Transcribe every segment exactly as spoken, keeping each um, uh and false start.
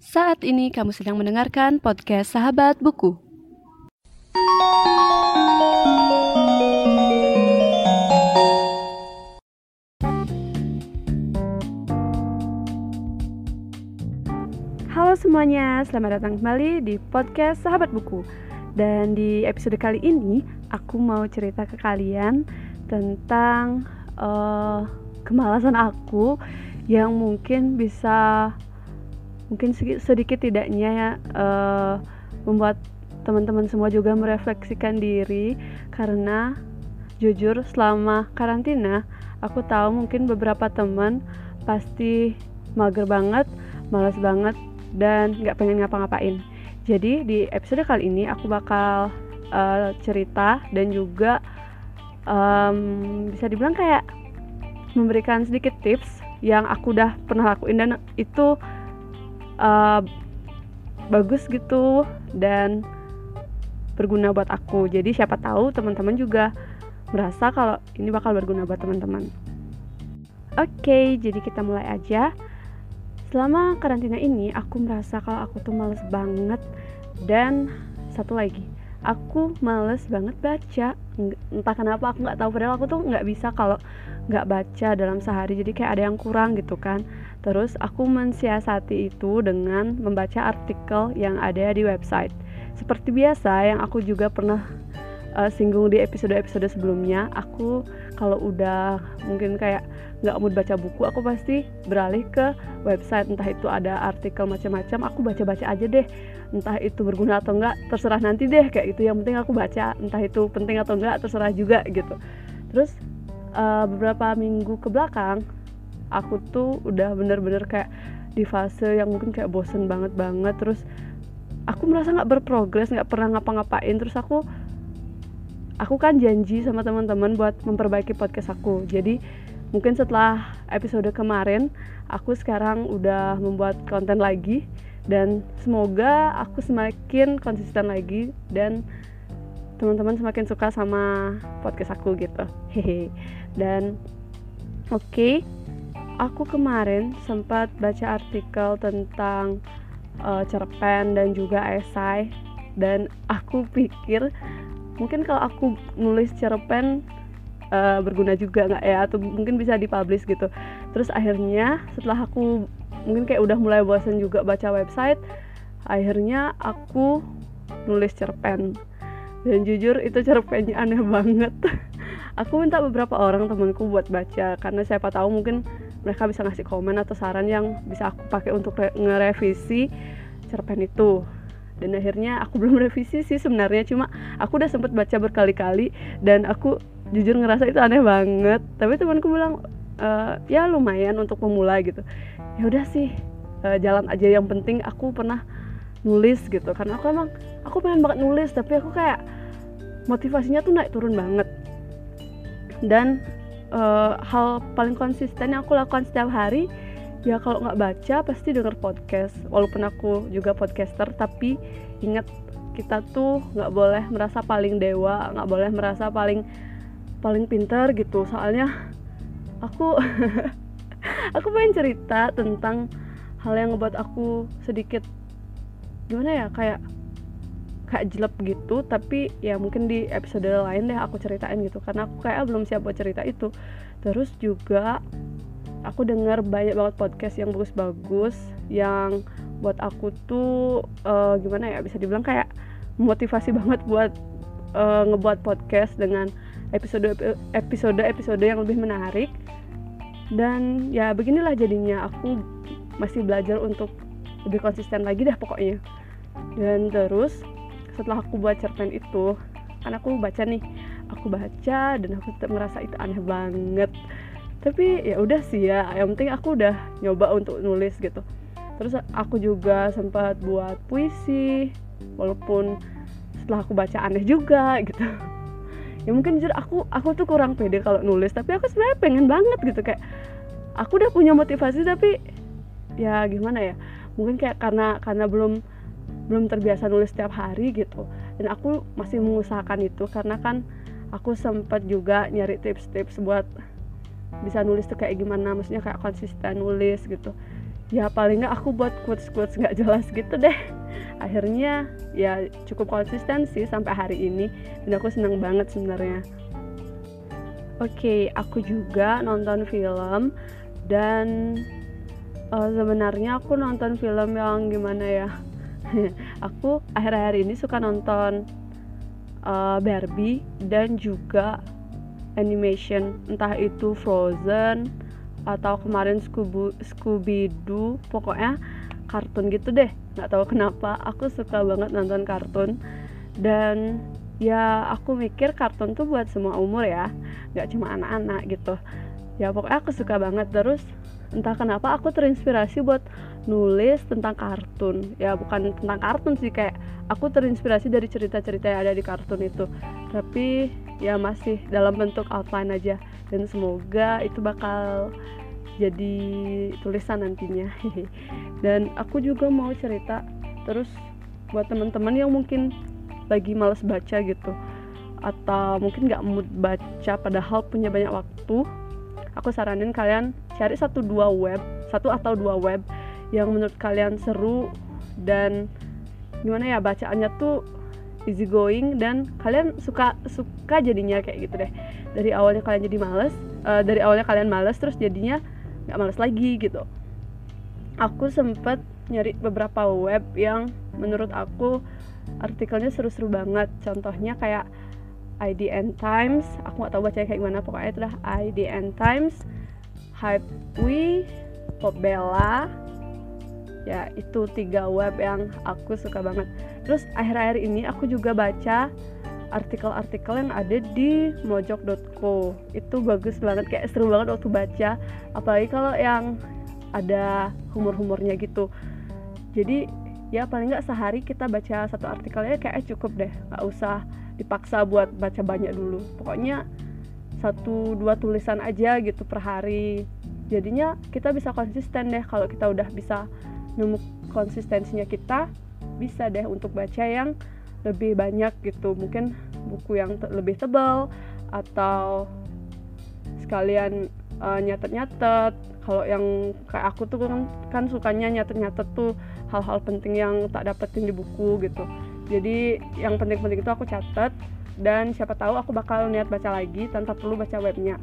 Saat ini kamu sedang mendengarkan podcast Sahabat Buku. Halo semuanya, selamat datang kembali di podcast Sahabat Buku. Dan di episode kali ini, aku mau cerita ke kalian tentang uh, kemalasan aku yang mungkin bisa mungkin sedikit tidaknya uh, membuat teman-teman semua juga merefleksikan diri. Karena jujur selama karantina aku tahu mungkin beberapa teman pasti mager banget, malas banget, dan gak pengen ngapa-ngapain. Jadi di episode kali ini aku bakal uh, cerita dan juga um, bisa dibilang kayak memberikan sedikit tips yang aku udah pernah lakuin dan itu Uh, bagus gitu dan berguna buat aku. Jadi siapa tahu teman-teman juga merasa kalau ini bakal berguna buat teman-teman. Oke, jadi kita mulai aja. Selama karantina ini aku merasa kalau aku tuh males banget. Dan satu lagi, aku males banget baca. Entah kenapa aku gak tahu, padahal aku tuh gak bisa kalau gak baca dalam sehari. Jadi kayak ada yang kurang gitu kan. Terus aku mensiasati itu dengan membaca artikel yang ada di website. Seperti biasa yang aku juga pernah uh, singgung di episode-episode sebelumnya, aku kalau udah mungkin kayak gak mood baca buku, aku pasti beralih ke website. Entah itu ada artikel macam-macam, aku baca-baca aja deh. Entah itu berguna atau enggak, terserah nanti deh, kayak gitu. Yang penting aku baca, entah itu penting atau enggak, terserah juga gitu. Terus uh, beberapa minggu ke belakang, aku tuh udah bener-bener kayak di fase yang mungkin kayak bosen banget-banget. Terus aku merasa gak berprogres, gak pernah ngapa-ngapain. Terus aku aku kan janji sama teman-teman buat memperbaiki podcast aku. Jadi mungkin setelah episode kemarin, aku sekarang udah membuat konten lagi. Dan semoga aku semakin konsisten lagi dan teman-teman semakin suka sama podcast aku gitu. Hehe. Dan oke okay, aku kemarin sempat baca artikel tentang uh, cerpen dan juga esai, dan aku pikir mungkin kalau aku nulis cerpen uh, berguna juga nggak ya, atau mungkin bisa dipublish gitu. Terus akhirnya setelah aku mungkin kayak udah mulai bosan juga baca website, akhirnya aku nulis cerpen. Dan jujur itu cerpennya aneh banget. Aku minta beberapa orang temanku buat baca, karena siapa tahu mungkin mereka bisa ngasih komen atau saran yang bisa aku pakai untuk re- ngerevisi cerpen itu. Dan akhirnya aku belum revisi sih sebenarnya, cuma aku udah sempet baca berkali-kali dan aku jujur ngerasa itu aneh banget. Tapi temanku bilang e, ya lumayan untuk pemula gitu. Ya udah sih, e, jalan aja, yang penting aku pernah nulis gitu. Karena aku emang aku pengen banget nulis, tapi aku kayak motivasinya tuh naik turun banget. Dan Uh, hal paling konsisten yang aku lakukan setiap hari, ya kalau nggak baca pasti denger podcast. Walaupun aku juga podcaster, tapi ingat, kita tuh nggak boleh merasa paling dewa, nggak boleh merasa paling paling pintar gitu. Soalnya aku aku pengen cerita tentang hal yang ngebuat aku sedikit gimana ya, kayak kayak jelek gitu. Tapi ya mungkin di episode lain deh aku ceritain gitu, karena aku kayak belum siap buat cerita itu. Terus juga aku dengar banyak banget podcast yang bagus-bagus, yang buat aku tuh uh, gimana ya, bisa dibilang kayak motivasi banget buat uh, ngebuat podcast dengan episode episode episode yang lebih menarik. Dan ya beginilah jadinya, aku masih belajar untuk lebih konsisten lagi dah pokoknya. Dan terus setelah aku buat cerpen itu, kan aku baca nih, aku baca dan aku tetap merasa itu aneh banget. Tapi ya udah sih ya, yang penting aku udah nyoba untuk nulis gitu. Terus aku juga sempat buat puisi, walaupun setelah aku baca aneh juga gitu. Ya mungkin jujur aku aku tuh kurang pede kalau nulis, tapi aku sebenarnya pengen banget gitu, kayak aku udah punya motivasi, tapi ya gimana ya, mungkin kayak karena karena belum belum terbiasa nulis setiap hari gitu. Dan aku masih mengusahakan itu, karena kan aku sempat juga nyari tips-tips buat bisa nulis tuh kayak gimana, maksudnya kayak konsisten nulis gitu. ya paling nggak aku buat quotes-quotes nggak jelas gitu deh. Akhirnya ya cukup konsisten sih sampai hari ini, dan aku seneng banget sebenarnya. Oke, aku juga nonton film, dan uh, sebenarnya aku nonton film yang gimana ya. Aku akhir-akhir ini suka nonton uh, Barbie dan juga animation, entah itu Frozen atau kemarin Scooby Scooby-Doo, pokoknya kartun gitu deh. Nggak tahu kenapa aku suka banget nonton kartun, dan ya aku mikir kartun tuh buat semua umur ya, nggak cuma anak-anak gitu ya. Pokoknya aku suka banget. Terus entah kenapa aku terinspirasi buat nulis tentang kartun. Ya bukan tentang kartun sih, kayak aku terinspirasi dari cerita-cerita yang ada di kartun itu, tapi ya masih dalam bentuk outline aja, dan semoga itu bakal jadi tulisan nantinya. Dan aku juga mau cerita terus buat teman-teman yang mungkin lagi malas baca gitu, atau mungkin nggak mood baca padahal punya banyak waktu. Aku saranin kalian cari satu dua web, satu atau dua web yang menurut kalian seru dan gimana ya, bacaannya tuh easy going dan kalian suka suka jadinya kayak gitu deh. Dari awalnya kalian jadi males, uh, dari awalnya kalian males terus jadinya nggak males lagi gitu. Aku sempet nyari beberapa web yang menurut aku artikelnya seru-seru banget. Contohnya kayak I D N Times, aku nggak tahu bacanya kayak gimana, pokoknya itu dah I D N Times, Hypewe, Popbella. Ya itu tiga web yang aku suka banget. Terus akhir-akhir ini aku juga baca artikel-artikel yang ada di mojok dot co. Itu bagus banget, kayak seru banget waktu baca, apalagi kalau yang ada humor-humornya gitu. Jadi ya paling nggak sehari kita baca satu artikelnya kayak cukup deh, nggak usah dipaksa buat baca banyak dulu. Pokoknya satu dua tulisan aja gitu per hari. Jadinya kita bisa konsisten deh. Kalau kita udah bisa nemu konsistensinya, kita bisa deh untuk baca yang lebih banyak gitu. Mungkin buku yang te- lebih tebal, atau sekalian uh, nyatet-nyatet. Kalau yang kayak aku tuh kan, kan sukanya nyatet-nyatet tuh hal-hal penting yang tak dapetin di buku gitu. Jadi yang penting-penting itu aku catat, dan siapa tahu aku bakal niat baca lagi tanpa perlu baca webnya.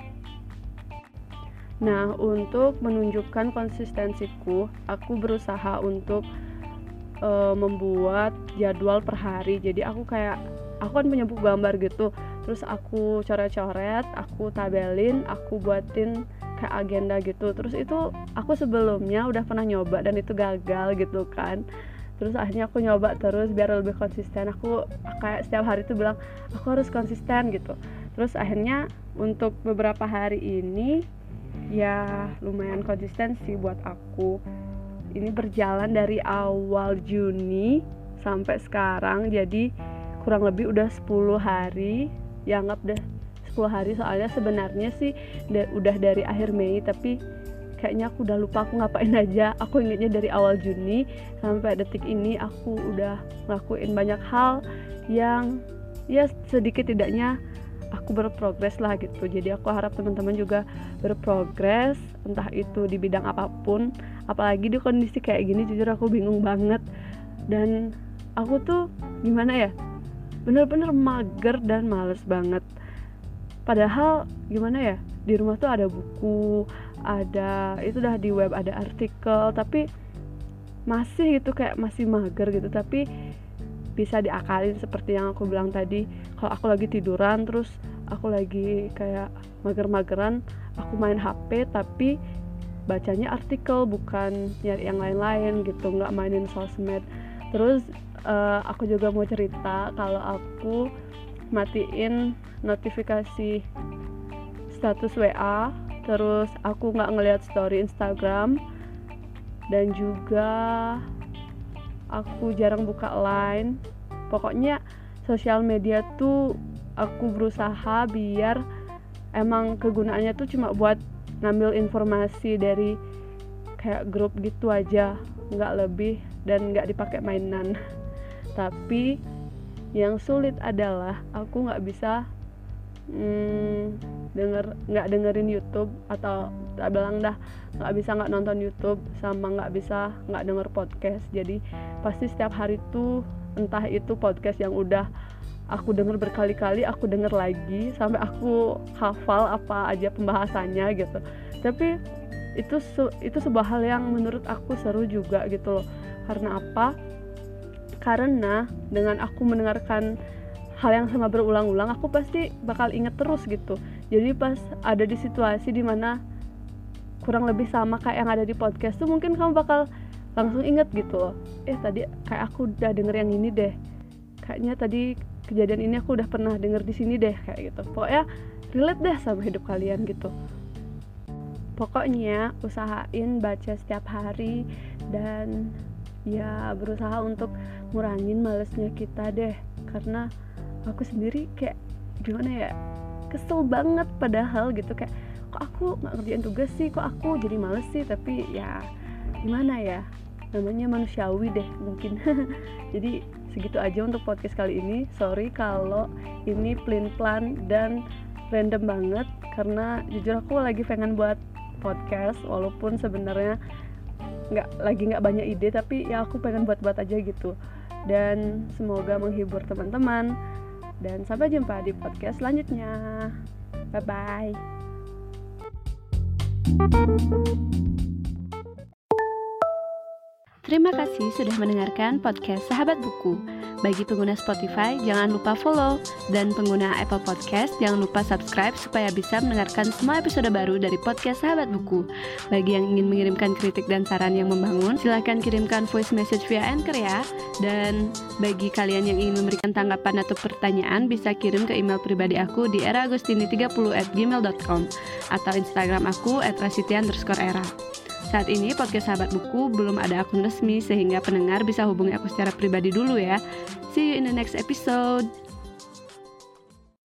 Nah, untuk menunjukkan konsistensiku, aku berusaha untuk uh, membuat jadwal per hari. Jadi aku kayak, aku kan punya buku gambar gitu, terus aku coret-coret, aku tabelin, aku buatin kayak agenda gitu. Terus itu aku sebelumnya udah pernah nyoba dan itu gagal gitu kan. Terus akhirnya aku nyoba terus biar lebih konsisten. Aku kayak setiap hari tuh bilang aku harus konsisten gitu. Terus akhirnya untuk beberapa hari ini ya lumayan konsisten sih buat aku. Ini berjalan dari awal Juni sampai sekarang, jadi kurang lebih udah sepuluh hari. Ya anggap deh sepuluh hari, soalnya sebenarnya sih da- udah dari akhir Mei, tapi kayaknya aku udah lupa aku ngapain aja. Aku ingetnya dari awal Juni sampai detik ini aku udah ngelakuin banyak hal yang ya sedikit tidaknya aku berprogres lah gitu. Jadi aku harap teman-teman juga berprogres, entah itu di bidang apapun. Apalagi di kondisi kayak gini, jujur aku bingung banget. Dan aku tuh gimana ya, bener-bener mager dan males banget. Padahal gimana ya, di rumah tuh ada buku, ada itu dah di web ada artikel, tapi masih gitu kayak masih mager gitu. Tapi bisa diakalin seperti yang aku bilang tadi. Kalau aku lagi tiduran terus aku lagi kayak mager-mageran, aku main H P tapi bacanya artikel, bukan nyari yang lain-lain gitu, nggak mainin sosmed. Terus uh, aku juga mau cerita kalau aku matiin notifikasi status W A, terus aku nggak ngelihat story Instagram, dan juga aku jarang buka Line. Pokoknya sosial media tuh aku berusaha biar emang kegunaannya tuh cuma buat ngambil informasi dari kayak grup gitu aja, nggak lebih, dan nggak dipakai mainan. Tapi yang sulit adalah aku nggak bisa hmm, denger nggak dengerin YouTube atau tak bilang dah nggak bisa nggak nonton YouTube sama nggak bisa nggak denger podcast. Jadi pasti setiap hari tuh entah itu podcast yang udah aku denger berkali-kali, aku denger lagi sampai aku hafal apa aja pembahasannya gitu. Tapi itu itu sebuah hal yang menurut aku seru juga gitu loh. Karena apa? Karena dengan aku mendengarkan hal yang sama berulang-ulang, aku pasti bakal inget terus gitu. Jadi pas ada di situasi dimana kurang lebih sama kayak yang ada di podcast tuh, mungkin kamu bakal langsung inget gitu loh. Eh tadi kayak aku udah denger yang ini deh. Kayaknya tadi kejadian ini aku udah pernah denger di sini deh, kayak gitu. Pokoknya relate deh sama hidup kalian gitu. Pokoknya usahain baca setiap hari dan ya berusaha untuk ngurangin malesnya kita deh. Karena aku sendiri kayak gimana ya, kesel banget padahal gitu, kayak kok aku nggak ngerjain tugas sih, kok aku jadi males sih. Tapi ya gimana ya, namanya manusiawi deh mungkin. Jadi segitu aja untuk podcast kali ini. Sorry kalau ini plan-plan dan random banget, karena jujur aku lagi pengen buat podcast walaupun sebenarnya nggak lagi nggak banyak ide, tapi ya aku pengen buat-buat aja gitu. Dan semoga menghibur teman-teman, dan sampai jumpa di podcast selanjutnya. Bye bye. Terima kasih sudah mendengarkan podcast Sahabat Buku. Bagi pengguna Spotify, jangan lupa follow. Dan pengguna Apple Podcast, jangan lupa subscribe supaya bisa mendengarkan semua episode baru dari podcast Sahabat Buku. Bagi yang ingin mengirimkan kritik dan saran yang membangun, silakan kirimkan voice message via Anchor ya. Dan bagi kalian yang ingin memberikan tanggapan atau pertanyaan, bisa kirim ke email pribadi aku di era agustini tiga puluh at gmail dot com atau Instagram aku at rasitya underscore era. Saat ini podcast Sahabat Buku belum ada akun resmi, sehingga pendengar bisa hubungi aku secara pribadi dulu ya. See you in the next episode.